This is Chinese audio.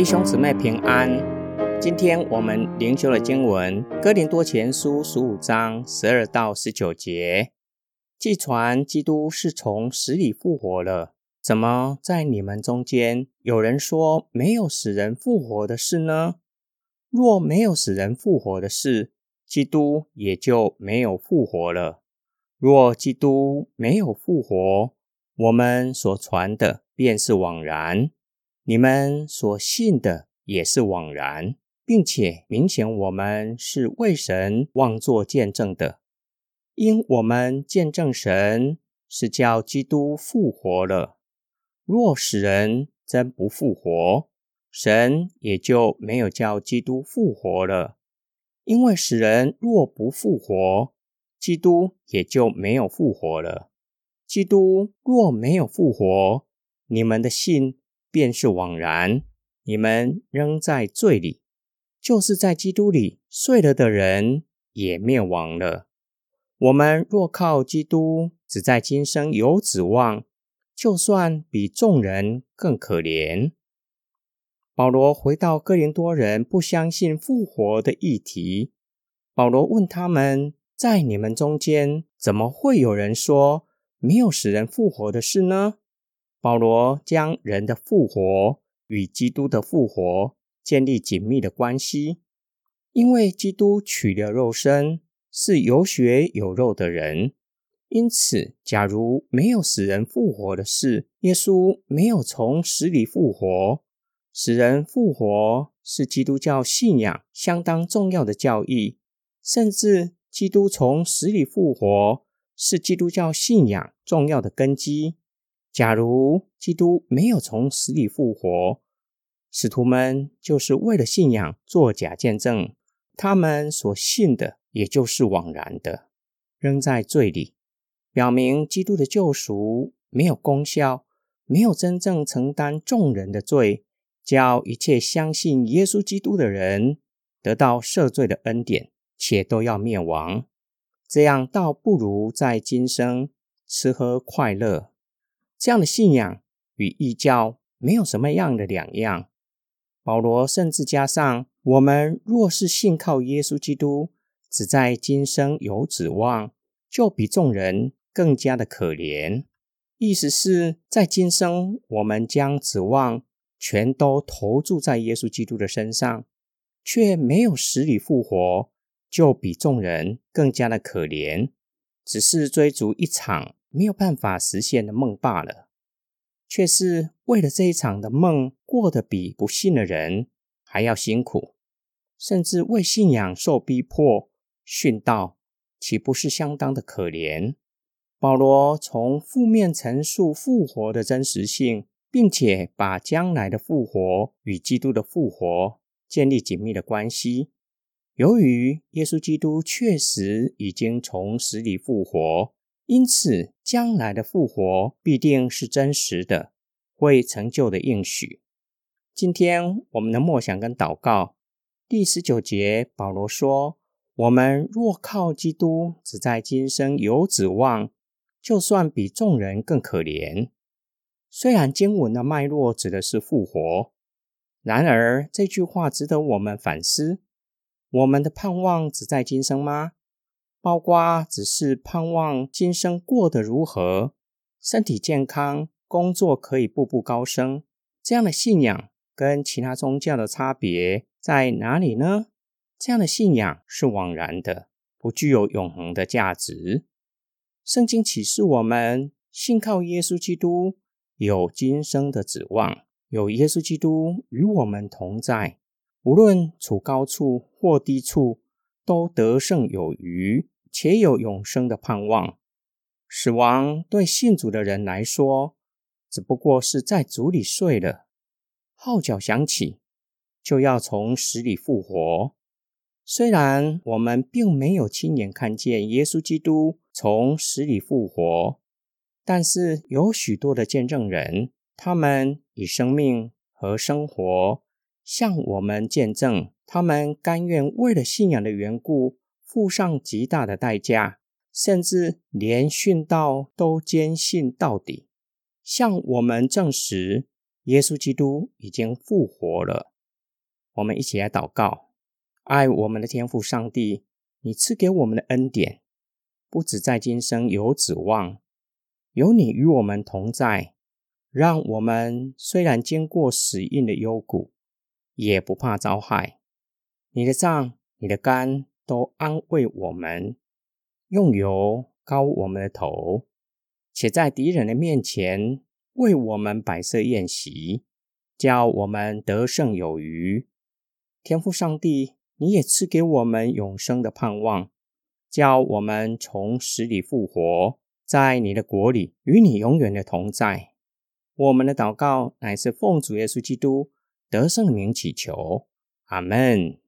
弟兄姊妹平安。今天我们灵修的经文哥林多前书15章12到19节。既传基督是从死里复活了，怎么在你们中间有人说没有使人复活的事呢？若没有使人复活的事，基督也就没有复活了。若基督没有复活，我们所传的便是枉然，你们所信的也是枉然，并且明显我们是为神妄作见证的。因我们见证神是叫基督复活了，若使人真不复活，神也就没有叫基督复活了。因为使人若不复活，基督也就没有复活了。基督若没有复活，你们的信便是枉然，你们仍在罪里，就是在基督里睡了的人也灭亡了。我们若靠基督只在今生有指望，就算比众人更可怜。保罗回到哥林多人不相信复活的议题，保罗问他们，在你们中间怎么会有人说没有使人复活的事呢？保罗将人的复活与基督的复活建立紧密的关系，因为基督取了肉身，是有血有肉的人，因此假如没有使人复活的事，耶稣没有从死里复活。使人复活是基督教信仰相当重要的教义，甚至基督从死里复活是基督教信仰重要的根基。假如基督没有从死里复活，使徒们就是为了信仰作假见证，他们所信的也就是枉然的，仍在罪里，表明基督的救赎没有功效，没有真正承担众人的罪，叫一切相信耶稣基督的人得到赦罪的恩典，且都要灭亡。这样倒不如在今生吃喝快乐。这样的信仰与异教没有什么样的两样。保罗甚至加上，我们若是信靠耶稣基督，只在今生有指望，就比众人更加的可怜。意思是在今生我们将指望全都投注在耶稣基督的身上，却没有死里复活，就比众人更加的可怜，只是追逐一场没有办法实现的梦罢了，却是为了这一场的梦过得比不信的人还要辛苦，甚至为信仰受逼迫、殉道，岂不是相当的可怜？保罗从负面陈述复活的真实性，并且把将来的复活与基督的复活建立紧密的关系。由于耶稣基督确实已经从死里复活，因此将来的复活必定是真实的，会成就的应许。今天我们的默想跟祷告，第19节保罗说，我们若靠基督只在今生有指望，就算比众人更可怜。虽然经文的脉络指的是复活，然而这句话值得我们反思，我们的盼望只在今生吗？包括只是盼望今生过得如何，身体健康，工作可以步步高升，这样的信仰跟其他宗教的差别在哪里呢？这样的信仰是枉然的，不具有永恒的价值。圣经启示我们信靠耶稣基督，有今生的指望，有耶稣基督与我们同在，无论处高处或低处，都得胜有余，且有永生的盼望。死亡对信主的人来说，只不过是在主里睡了，号角响起，就要从死里复活。虽然我们并没有亲眼看见耶稣基督从死里复活，但是有许多的见证人，他们以生命和生活向我们见证，他们甘愿为了信仰的缘故付上极大的代价，甚至连殉道都坚信到底，向我们证实耶稣基督已经复活了。 我们一起来祷告。爱我们的天父上帝，你赐给我们的恩典，不只在今生有指望，有你与我们同在，让我们虽然经过死荫的幽谷，也不怕遭害。你的杖、你的竿都安慰我们，用油膏我们的头，且在敌人的面前为我们摆设宴席，叫我们得胜有余。天父上帝，你也赐给我们永生的盼望，叫我们从死里复活，在你的国里与你永远的同在。我们的祷告乃是奉主耶稣基督得胜的名祈求，阿们。